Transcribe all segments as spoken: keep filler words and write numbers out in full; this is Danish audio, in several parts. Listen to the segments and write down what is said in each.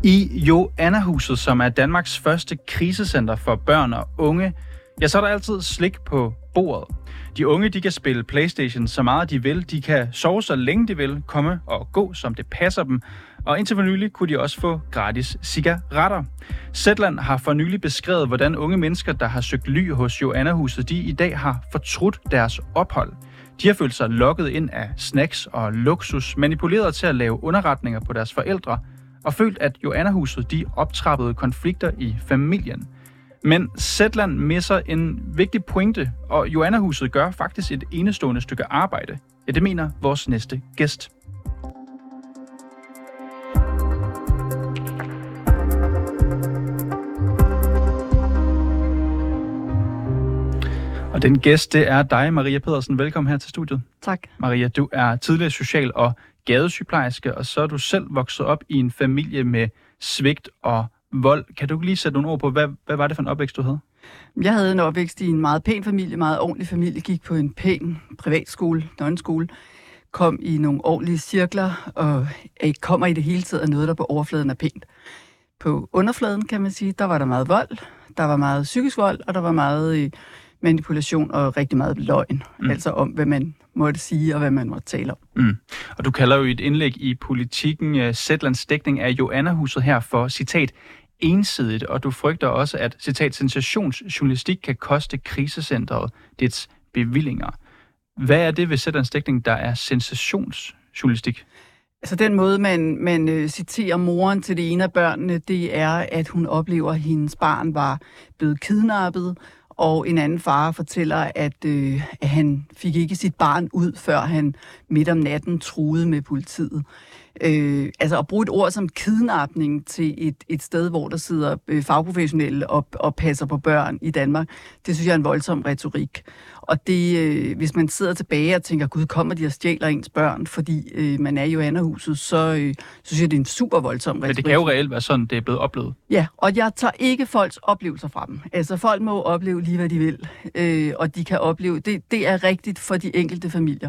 I Joannahuset, som er Danmarks første krisecenter for børn og unge, ja, så er der altid slik på bordet. De unge, de kan spille PlayStation så meget de vil, de kan sove så længe de vil, komme og gå som det passer dem, og indtil for nylig kunne de også få gratis cigaretter. Zetland har for nylig beskrevet, hvordan unge mennesker, der har søgt ly hos Joannahuset, de i dag har fortrudt deres ophold. De har følt sig lokket ind af snacks og luksus, manipuleret til at lave underretninger på deres forældre, og følt, at Joannahuset de optrappede konflikter i familien. Men Zetland misser en vigtig pointe, og Joannahuset gør faktisk et enestående stykke arbejde. Ja, det mener vores næste gæst. Og den gæst, det er dig, Maria Pedersen. Velkommen her til studiet. Tak. Maria, du er tidligere social- og gadesygeplejerske, og så er du selv vokset op i en familie med svigt og vold. Kan du lige sætte nogle ord på, hvad, hvad var det for en opvækst, du havde? Jeg havde en opvækst i en meget pæn familie, meget ordentlig familie, gik på en pæn privatskole, nonneskole, kom i nogle ordentlige cirkler, og kommer i det hele taget af noget, der på overfladen er pænt. På underfladen, kan man sige, der var der meget vold, der var meget psykisk vold, og der var meget manipulation og rigtig meget løgn. Mm. Altså om, hvad man måtte sige, og hvad man måtte tale om. Mm. Og du kalder jo et indlæg i Politikken Zetlands dækning af Joannahuset her for, citat, ensidigt, og du frygter også, at, citat, sensationsjournalistik kan koste krisecentret dets bevillinger. Hvad er det ved Zetlands dækning, der er sensationsjournalistik? Altså den måde, man, man øh, citerer moren til det ene af børnene, det er, at hun oplever, at hendes barn var blevet kidnappet, og en anden far fortæller, at, øh, at han fik ikke sit barn ud, før han midt om natten truede med politiet. Øh, altså at bruge et ord som kidnapning til et, et sted, hvor der sidder øh, fagprofessionelle og, og passer på børn i Danmark, det synes jeg er en voldsom retorik. Og det, øh, hvis man sidder tilbage og tænker, gud, kommer de og stjæler ens børn, fordi øh, man er i Joannahuset, så øh, synes jeg, det er en super voldsom retorik. Men det kan jo reelt være sådan, det er blevet oplevet. Ja, og jeg tager ikke folks oplevelser fra dem. Altså folk må opleve lige, hvad de vil, øh, og de kan opleve, det, det er rigtigt for de enkelte familier.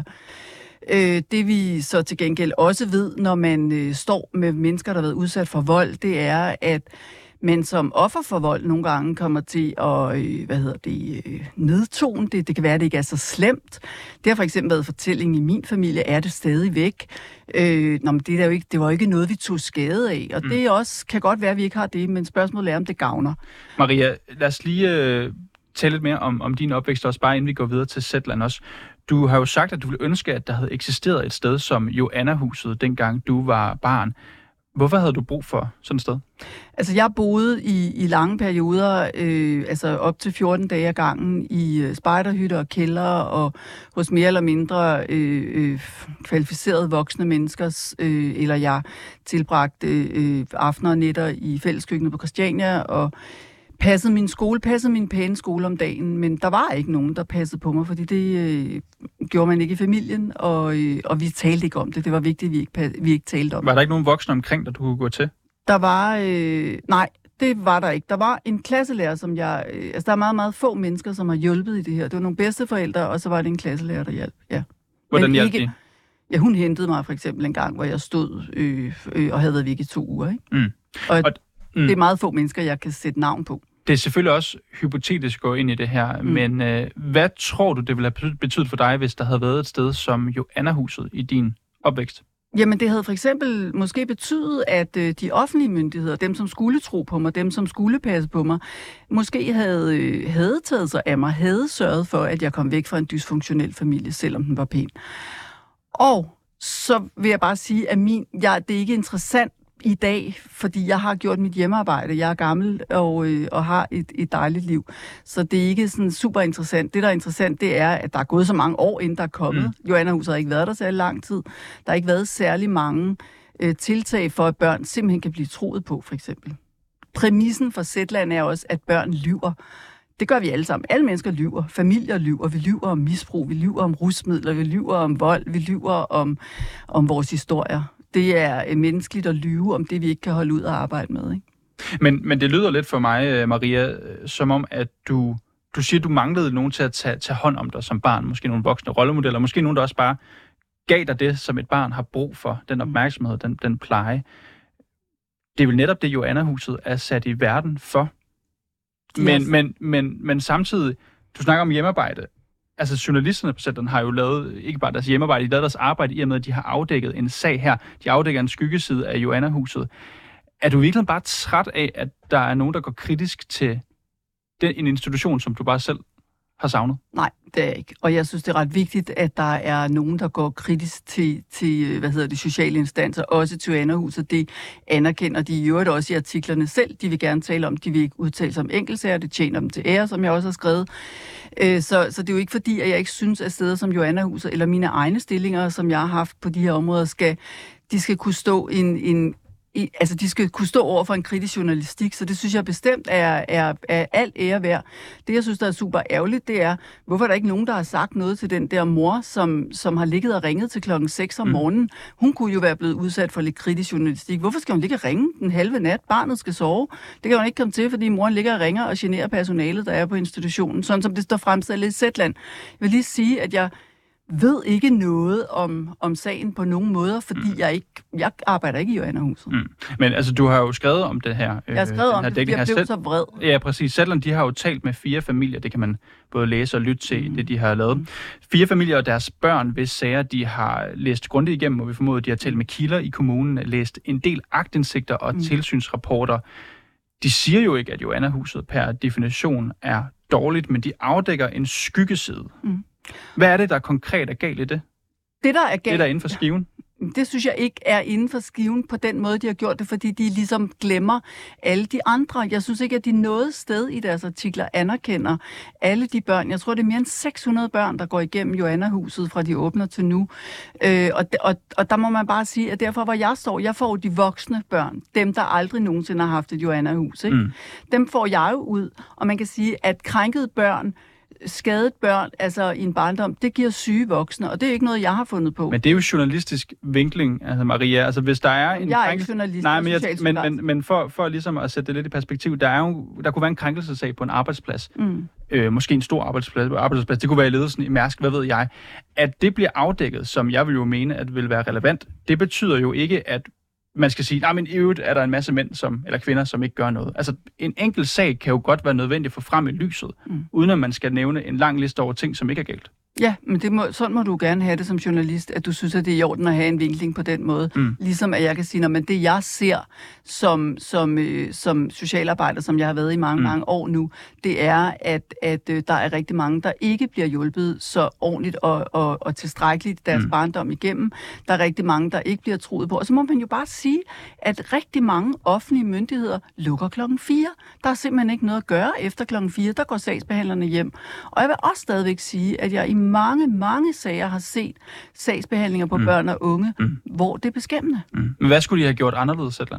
Øh, det vi så til gengæld også ved, når man øh, står med mennesker, der har været udsat for vold, det er, at man som offer for vold nogle gange kommer til at øh, hvad hedder det, øh, nedtone det. Det kan være, at det ikke er så slemt. Det har for eksempel været fortælling i min familie, er det stadig væk. Øh, nå, men det, er jo ikke, det var jo ikke noget, vi tog skade af. Og mm. det også kan godt være, at vi ikke har det, men spørgsmålet er, om det gavner. Maria, lad os lige øh, tale lidt mere om, om din opvækst også, bare inden vi går videre til Zetland også. Du har jo sagt, at du ville ønske, at der havde eksisteret et sted som Joannahuset, dengang du var barn. Hvorfor havde du brug for sådan et sted? Altså, jeg boede i, i lange perioder, øh, altså op til fjorten dage ad gangen, i øh, spejderhytter og kældre, og hos mere eller mindre øh, øh, kvalificerede voksne mennesker, øh, eller jeg tilbragte øh, aftener og nætter i fælleskøkkenet på Christiania, og passede min skole, passede min pæne skole om dagen, men der var ikke nogen, der passede på mig, fordi det øh, gjorde man ikke i familien, og, øh, og vi talte ikke om det. Det var vigtigt, at vi ikke, vi ikke talte om det. Var der ikke nogen voksne omkring, der du kunne gå til? Der var, øh, nej, det var der ikke. Der var en klasselærer, som jeg, øh, altså der er meget, meget få mennesker, som har hjulpet i det her. Det var nogle bedsteforældre, og så var det en klasselærer, der hjalp, ja. Hvordan hjalp de? Ja, hun hentede mig for eksempel en gang, hvor jeg stod øh, øh, og havde været væk i to uger, ikke? Mm. Og, og mm. det er meget få mennesker, jeg kan sætte navn på. Det er selvfølgelig også hypotetisk at gå ind i det her, mm. men øh, hvad tror du, det ville have betydet for dig, hvis der havde været et sted som Joannahuset i din opvækst? Jamen, det havde for eksempel måske betydet, at øh, de offentlige myndigheder, dem som skulle tro på mig, dem som skulle passe på mig, måske havde, øh, havde taget sig af mig, havde sørget for, at jeg kom væk fra en dysfunktionel familie, selvom den var pæn. Og så vil jeg bare sige, at min, jeg, det er ikke interessant i dag, fordi jeg har gjort mit hjemmearbejde. Jeg er gammel og, øh, og har et, et dejligt liv. Så det er ikke sådan super interessant. Det, der er interessant, det er, at der er gået så mange år, inden der er kommet. Mm. Joannahuset har ikke været der særlig lang tid. Der har ikke været særlig mange øh, tiltag for, at børn simpelthen kan blive troet på, for eksempel. Præmissen for Zetland er også, at børn lyver. Det gør vi alle sammen. Alle mennesker lyver. Familier lyver. Vi lyver om misbrug. Vi lyver om rusmidler. Vi lyver om vold. Vi lyver om, om vores historier. Det er menneskeligt at lyve om det, vi ikke kan holde ud og arbejde med, ikke? Men, men det lyder lidt for mig, Maria, som om, at du, du siger, at du manglede nogen til at tage, tage hånd om dig som barn. Måske nogle voksne rollemodeller. Måske nogen, der også bare gav dig det, som et barn har brug for. Den opmærksomhed, den, den pleje. Det er vel netop det, Joanna-huset er sat i verden for. Men, yes. men, men, men samtidig, du snakker om hjemmearbejde. Altså journalisterne på centeren har jo lavet, ikke bare deres hjemmearbejde, de har lavet deres arbejde i og med, at de har afdækket en sag her. De afdækker en skyggeside af Joanna-huset. Er du virkelig bare træt af, at der er nogen, der går kritisk til den, en institution, som du bare selv har savnet? Nej, det er jeg ikke. Og jeg synes, det er ret vigtigt, at der er nogen, der går kritisk til, til hvad hedder det, sociale instanser, også til Joanna-huset. Det anerkender de i øvrigt også i artiklerne selv. De vil gerne tale om, de vil ikke udtale sig om enkeltsager, det tjener dem til ære, som jeg også har skrevet. Så, så det er jo ikke fordi, at jeg ikke synes, at steder som Joanna-huset eller mine egne stillinger, som jeg har haft på de her områder, skal, de skal kunne stå en, en I, altså, de skal kunne stå over for en kritisk journalistik, så det synes jeg bestemt er, er, er alt ære værd. Det, jeg synes, der er super ærgerligt, det er, hvorfor er der ikke nogen, der har sagt noget til den der mor, som, som har ligget og ringet til klokken seks om morgenen. Hun kunne jo være blevet udsat for lidt kritisk journalistik. Hvorfor skal hun ligge og ringe den halve nat? Barnet skal sove. Det kan hun ikke komme til, fordi moren ligger og ringer og generer personalet, der er på institutionen, sådan som det står fremstillet i Zetland. Jeg vil lige sige, at jeg ved ikke noget om, om sagen på nogen måder, fordi mm. jeg ikke jeg arbejder ikke i Joanna-huset. Mm. Men altså, du har jo skrevet om det her. Jeg har skrevet om det, fordi jeg blev så vred. Ja, præcis. Zetland, de har jo talt med fire familier. Det kan man både læse og lytte til, mm. det de har lavet. Mm. Fire familier og deres børn, hvis sager, de har læst grundigt igennem, og vi formoder, de har talt med kilder i kommunen, læst en del aktindsigter og mm. tilsynsrapporter. De siger jo ikke, at Joanna-huset per definition er dårligt, men de afdækker en skyggeside. Mm. Hvad er det, der konkret er galt i det? Det, der er galt, det, der er inden for skiven? Det synes jeg ikke er inden for skiven på den måde, de har gjort det, fordi de ligesom glemmer alle de andre. Jeg synes ikke, at de noget sted i deres artikler anerkender alle de børn. Jeg tror, det er mere end seks hundrede børn, der går igennem Joanna-huset, fra de åbner til nu. Øh, og, og, og der må man bare sige, at derfor, hvor jeg står, jeg får de voksne børn, dem, der aldrig nogensinde har haft et Joanna-hus. Ikke? Mm. Dem får jeg jo ud, og man kan sige, at krænkede børn, skadet børn, altså i en barndom, det giver syge voksne, og det er ikke noget, jeg har fundet på. Men det er jo journalistisk vinkling, altså Maria. Altså hvis der er en jeg er krænkelse... ikke journalist, Nej, men, jeg, men, men, men for, for ligesom at sætte det lidt i perspektiv, der, er jo, der kunne være en krænkelsesag på en arbejdsplads. Mm. Øh, måske en stor arbejdsplads, arbejdsplads. Det kunne være i ledelsen i Mærsk, hvad ved jeg. At det bliver afdækket, som jeg vil jo mene, at vil være relevant, det betyder jo ikke, at man skal sige, nej, men i øvrigt er der en masse mænd som, eller kvinder, som ikke gør noget. Altså, en enkelt sag kan jo godt være nødvendig for frem i lyset, mm. uden at man skal nævne en lang liste over ting, som ikke er galt. Ja, men det må, sådan må du gerne have det som journalist, at du synes, at det er i orden at have en vinkling på den måde. Mm. Ligesom at jeg kan sige, at det jeg ser som, som, øh, som socialarbejder, som jeg har været i mange, mm. mange år nu, det er, at, at øh, der er rigtig mange, der ikke bliver hjulpet så ordentligt og, og, og tilstrækkeligt deres mm. barndom igennem. Der er rigtig mange, der ikke bliver troet på. Og så må man jo bare sige, at rigtig mange offentlige myndigheder lukker klokken fire. Der er simpelthen ikke noget at gøre efter klokken fire. Der går sagsbehandlerne hjem. Og jeg vil også stadigvæk sige, at jeg i mange, mange sager har set sagsbehandlinger på mm. børn og unge, mm. hvor det er beskæmmende. Mm. Men hvad skulle de have gjort anderledes, Zetland?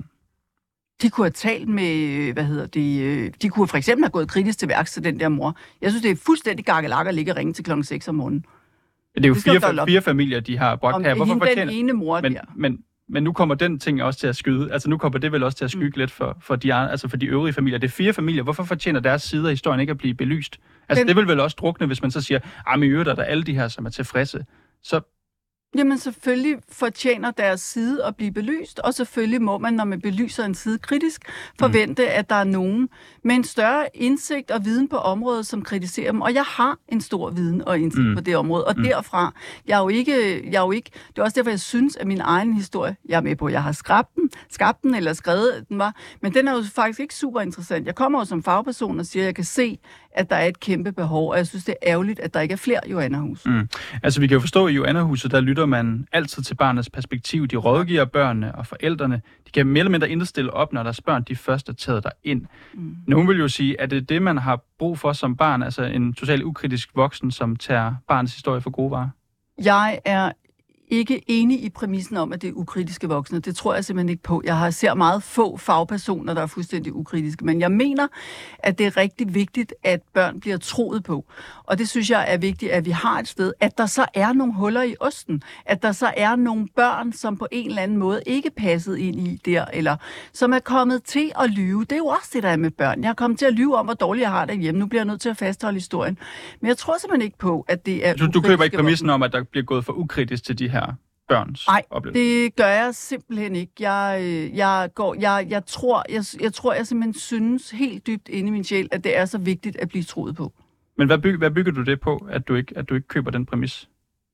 De kunne have talt med, hvad hedder det, de kunne for eksempel have gået kritisk til værks til den der mor. Jeg synes, det er fuldstændig gakkelak at ligge og ringe til klokken seks om morgenen. Det er jo det fire, fire familier, de har bragt her. Hvorfor fortjener den ene mor men, der? Men, men nu kommer den ting også til at skyde. Altså nu kommer det vel også til at skygge mm. lidt for, for, de, altså for de øvrige familier. Det er fire familier. Hvorfor fortjener deres side af historien ikke at blive belyst? Altså den... det vil vel også drukne, hvis man så siger, ah, men i øvrigt er der alle de her, som er tilfredse. Så Jamen selvfølgelig fortjener deres side at blive belyst, og selvfølgelig må man, når man belyser en side kritisk, forvente, mm. at der er nogen med en større indsigt og viden på området, som kritiserer dem. Og jeg har en stor viden og indsigt mm. på det område, og mm. derfra, jeg er jo ikke, jeg er jo ikke, det er også derfor, jeg synes, at min egen historie, jeg er med på, jeg har skabt den, skabt den eller skrevet den var, men den er jo faktisk ikke super interessant. Jeg kommer jo som fagperson og siger, at jeg kan se, at der er et kæmpe behov, og jeg synes, det er ærgerligt, at der ikke er flere Joanna-hus. Mm. Altså, vi kan jo forstå, at i Joanna-huset, der lytter man altid til barnets perspektiv. De rådgiver børnene og forældrene. De kan mere eller mindre indstille op, når deres børn de først er taget derind. Mm. Nogen vil jo sige, at det er det, man har brug for som barn, altså en totalt ukritisk voksen, som tager barnets historie for gode varer. Jeg er ikke enig i præmissen om, at det er ukritiske voksne. Det tror jeg simpelthen ikke på. Jeg har ser meget få fagpersoner, der er fuldstændig ukritiske, men jeg mener, at det er rigtig vigtigt, at børn bliver troet på. Og det synes jeg er vigtigt, at vi har et sted, at der så er nogle huller i osten, at der så er nogle børn, som på en eller anden måde ikke passede ind i der, eller som er kommet til at lyve. Det er jo også det, der er med børn. Jeg er kommet til at lyve om, hvor dårligt jeg har det hjemme. Nu bliver jeg nødt til at fastholde historien. Men jeg tror simpelthen ikke på, at det er Du, du køber ikke præmissen om, at der bliver gået for ukritisk til de her børns Nej, oplevelse? det gør jeg simpelthen ikke. Jeg, øh, jeg, går, jeg, jeg, tror, jeg, jeg tror, jeg simpelthen synes helt dybt inde i min sjæl, at det er så vigtigt at blive troet på. Men hvad, byg, hvad bygger du det på, at du ikke, at du ikke køber den præmis?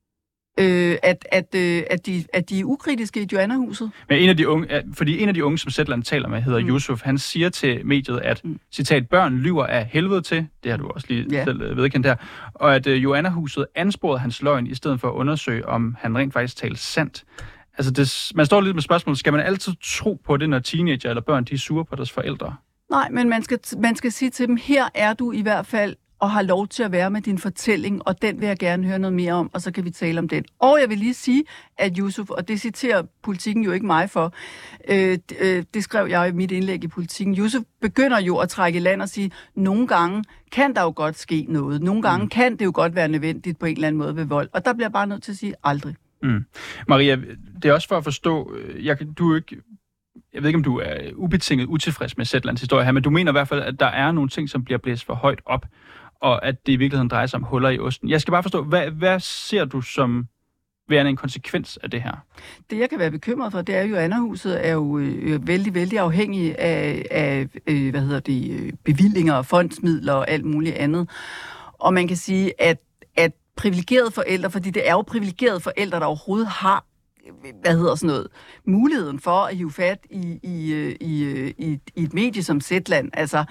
Øh, at, at, øh, at, de, at de er ukritiske i Joanna-huset. Men en af de unge, fordi en af de unge, som Zetland taler med, hedder mm. Yusuf, han siger til mediet, at, mm. citat, børn lyver af helvede til, det har du også lige ja. selv vedkendt her, og at uh, Joanna-huset ansporede hans løgn, i stedet for at undersøge, om han rent faktisk talte sandt. Altså, det, man står lidt med spørgsmålet, skal man altid tro på det, når teenager eller børn, de er sure på deres forældre? Nej, men man skal, man skal sige til dem, her er du i hvert fald, og har lov til at være med din fortælling, og den vil jeg gerne høre noget mere om, og så kan vi tale om den. Og jeg vil lige sige, at Yusuf, og det citerer Politikken jo ikke mig for, øh, øh, det skrev jeg i mit indlæg i Politikken, Yusuf begynder jo at trække i land og sige, nogle gange kan der jo godt ske noget, nogle gange mm. kan det jo godt være nødvendigt på en eller anden måde ved vold, og der bliver jeg bare nødt til at sige, aldrig. Mm. Maria, det er også for at forstå, jeg, du er ikke... Jeg ved ikke, om du er ubetinget utilfreds med Zetlands historie her, men du mener i hvert fald, at der er nogle ting, som bliver blæst for højt op, og at det i virkeligheden drejer sig om huller i osten. Jeg skal bare forstå, hvad, hvad ser du som værende en konsekvens af det her? Det, jeg kan være bekymret for, det er jo, at Joanna-huset er jo øh, vældig, vældig afhængig af, af øh, hvad hedder det, bevillinger og fondsmidler og alt muligt andet. Og man kan sige, at, at privilegerede forældre, fordi det er jo privilegerede forældre, der overhovedet har hvad hedder sådan noget, muligheden for at hive fat i, i, i, i, i et medie som Zetland. Altså,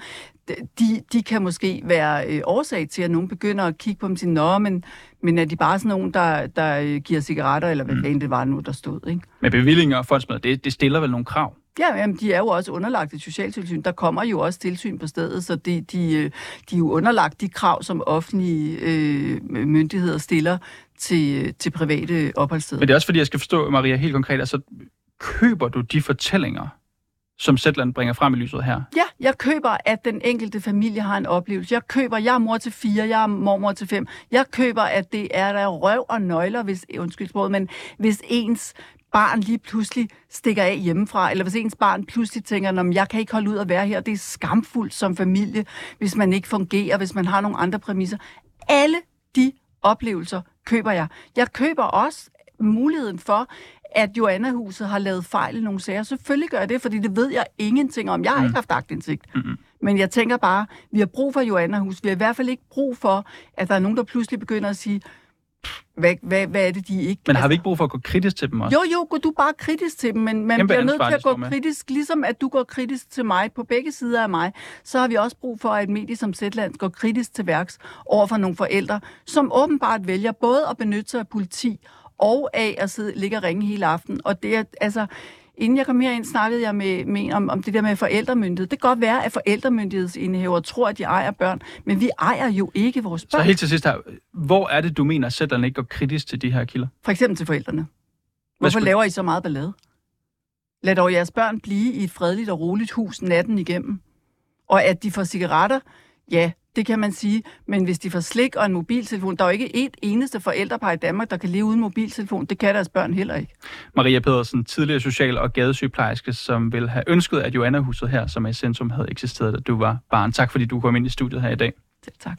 de, de kan måske være øh, årsag til, at nogen begynder at kigge på dem og sige, nå, men, men er de bare sådan nogen, der, der giver cigaretter, eller hvad mm. det var nu, der stod, ikke? Men bevillinger og fondsmidler, det, det stiller vel nogle krav? Ja, jamen, de er jo også underlagt et socialtilsyn. Der kommer jo også tilsyn på stedet, så de, de, de er jo underlagt de krav, som offentlige øh, myndigheder stiller til, til private opholdssteder. Men det er også fordi, jeg skal forstå, Maria, helt konkret, altså køber du de fortællinger, som Zetland bringer frem i lyset her? Ja, jeg køber, at den enkelte familie har en oplevelse. Jeg køber, jeg er mor til fire, jeg er mormor til fem. Jeg køber, at det er der røv og nøgler, hvis, undskyld sproget, men hvis ens barn lige pludselig stikker af hjemmefra, eller hvis ens barn pludselig tænker, at jeg kan ikke holde ud at være her, det er skamfuldt som familie, hvis man ikke fungerer, hvis man har nogle andre præmisser. Alle de oplevelser køber jeg. Jeg køber også muligheden for, at Joanna-huset har lavet fejl i nogle sager. Selvfølgelig gør jeg det, fordi det ved jeg ingenting om. Jeg har mm. ikke haft aktindsigt. Mm-hmm. Men jeg tænker bare, vi har brug for Joanna-huset. Vi har i hvert fald ikke brug for, at der er nogen, der pludselig begynder at sige, Hvad, hvad, hvad er det, de ikke... Men har vi ikke brug for at gå kritisk til dem også? Jo, jo, går du bare kritisk til dem, men man Kæmpe bliver nødt til at gå kritisk, ligesom at du går kritisk til mig på begge sider af mig, så har vi også brug for, at et medie som Zetland går kritisk til værks over for nogle forældre, som åbenbart vælger både at benytte sig af politi og af at sidde, ligge og ringe hele aften. Og det er, altså... Inden jeg kom herind, snakkede jeg med, med om, om det der med forældremyndighed. Det kan godt være, at forældremyndighedsindehaver tror, at de ejer børn, men vi ejer jo ikke vores børn. Så helt til sidst her, hvor er det, du mener, at Zetland ikke går kritisk til de her kilder? For eksempel til forældrene. Hvorfor skulle... laver I så meget ballade? Lad dog jeres børn blive i et fredeligt og roligt hus natten igennem. Og at de får cigaretter, ja, det kan man sige. Men hvis de får slik og en mobiltelefon, der er jo ikke et eneste forældrepar i Danmark, der kan leve uden mobiltelefon. Det kan deres børn heller ikke. Maria Pedersen, tidligere social- og gadesygeplejerske, som vil have ønsket, at Joanna-huset her, som er i centrum, havde eksisteret, da du var barn. Tak fordi du kom ind i studiet her i dag. Selv tak.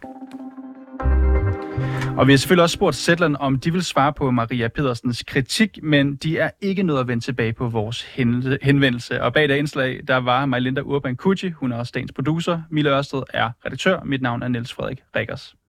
Og vi har selvfølgelig også spurgt Zetland, om de vil svare på Maria Pedersens kritik, men de er ikke nødt at vende tilbage på vores henvendelse. Og bag det indslag, der var Majlinda Urban Kucci, hun er også dagens producer. Mille Ørsted er redaktør. Mit navn er Niels Frederik Rikkers.